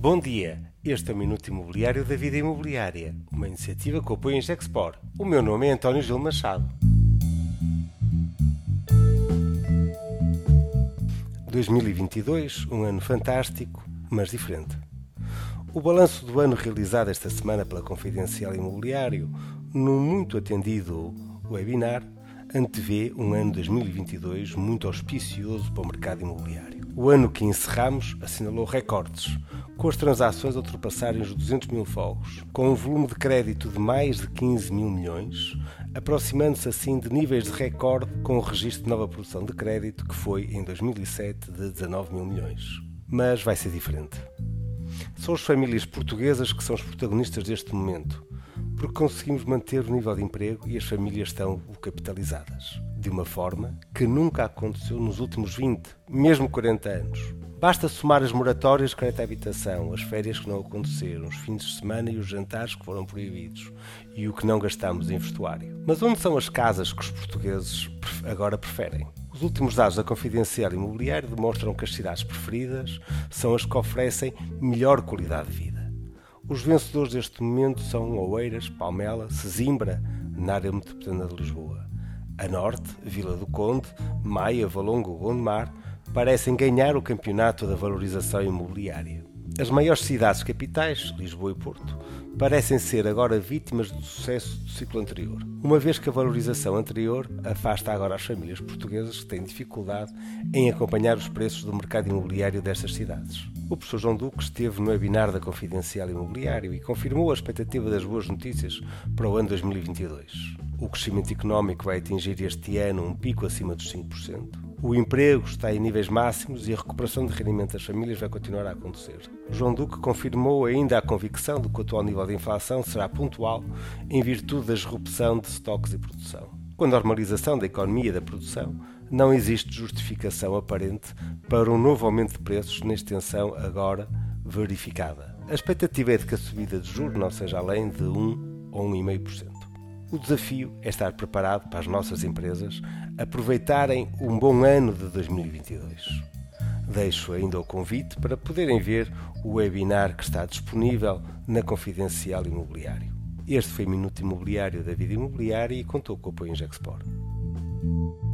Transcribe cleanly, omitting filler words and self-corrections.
Bom dia, este é o Minuto Imobiliário da Vida Imobiliária, uma iniciativa que apoia a Gexpor. O meu nome é António Gil Machado. 2022, um ano fantástico, mas diferente. O balanço do ano realizado esta semana pela Confidencial Imobiliário, num muito atendido webinar, antevê um ano 2022 muito auspicioso para o mercado imobiliário. O ano que encerramos assinalou recordes, com as transações a ultrapassarem os 200 mil fogos, com um volume de crédito de mais de 15 mil milhões, aproximando-se assim de níveis de recorde com o registro de nova produção de crédito que foi em 2007 de 19 mil milhões. Mas vai ser diferente. São as famílias portuguesas que são os protagonistas deste momento, porque conseguimos manter o nível de emprego e as famílias estão capitalizadas, de uma forma que nunca aconteceu nos últimos 20, mesmo 40 anos. Basta somar as moratórias de crédito à habitação, as férias que não aconteceram, os fins de semana e os jantares que foram proibidos, e o que não gastamos em vestuário. Mas onde são as casas que os portugueses agora preferem? Os últimos dados da Confidencial Imobiliário demonstram que as cidades preferidas são as que oferecem melhor qualidade de vida. Os vencedores deste momento são Oeiras, Palmela, Sesimbra, na área metropolitana de Lisboa. A norte, Vila do Conde, Maia, Valongo, Gondomar, parecem ganhar o campeonato da valorização imobiliária. As maiores cidades capitais, Lisboa e Porto, parecem ser agora vítimas do sucesso do ciclo anterior, uma vez que a valorização anterior afasta agora as famílias portuguesas que têm dificuldade em acompanhar os preços do mercado imobiliário destas cidades. O professor João Duque esteve no webinar da Confidencial Imobiliário e confirmou a expectativa das boas notícias para o ano 2022. O crescimento económico vai atingir este ano um pico acima dos 5%. O emprego está em níveis máximos e a recuperação de rendimento das famílias vai continuar a acontecer. João Duque confirmou ainda a convicção de que o atual nível de inflação será pontual em virtude da disrupção de estoques e produção. Com a normalização da economia e da produção, não existe justificação aparente para um novo aumento de preços na extensão agora verificada. A expectativa é de que a subida de juros não seja além de 1 ou 1,5%. O desafio é estar preparado para as nossas empresas aproveitarem um bom ano de 2022. Deixo ainda o convite para poderem ver o webinar que está disponível na Confidencial Imobiliário. Este foi o Minuto Imobiliário da Vida Imobiliária e contou com o apoio em Gexpor.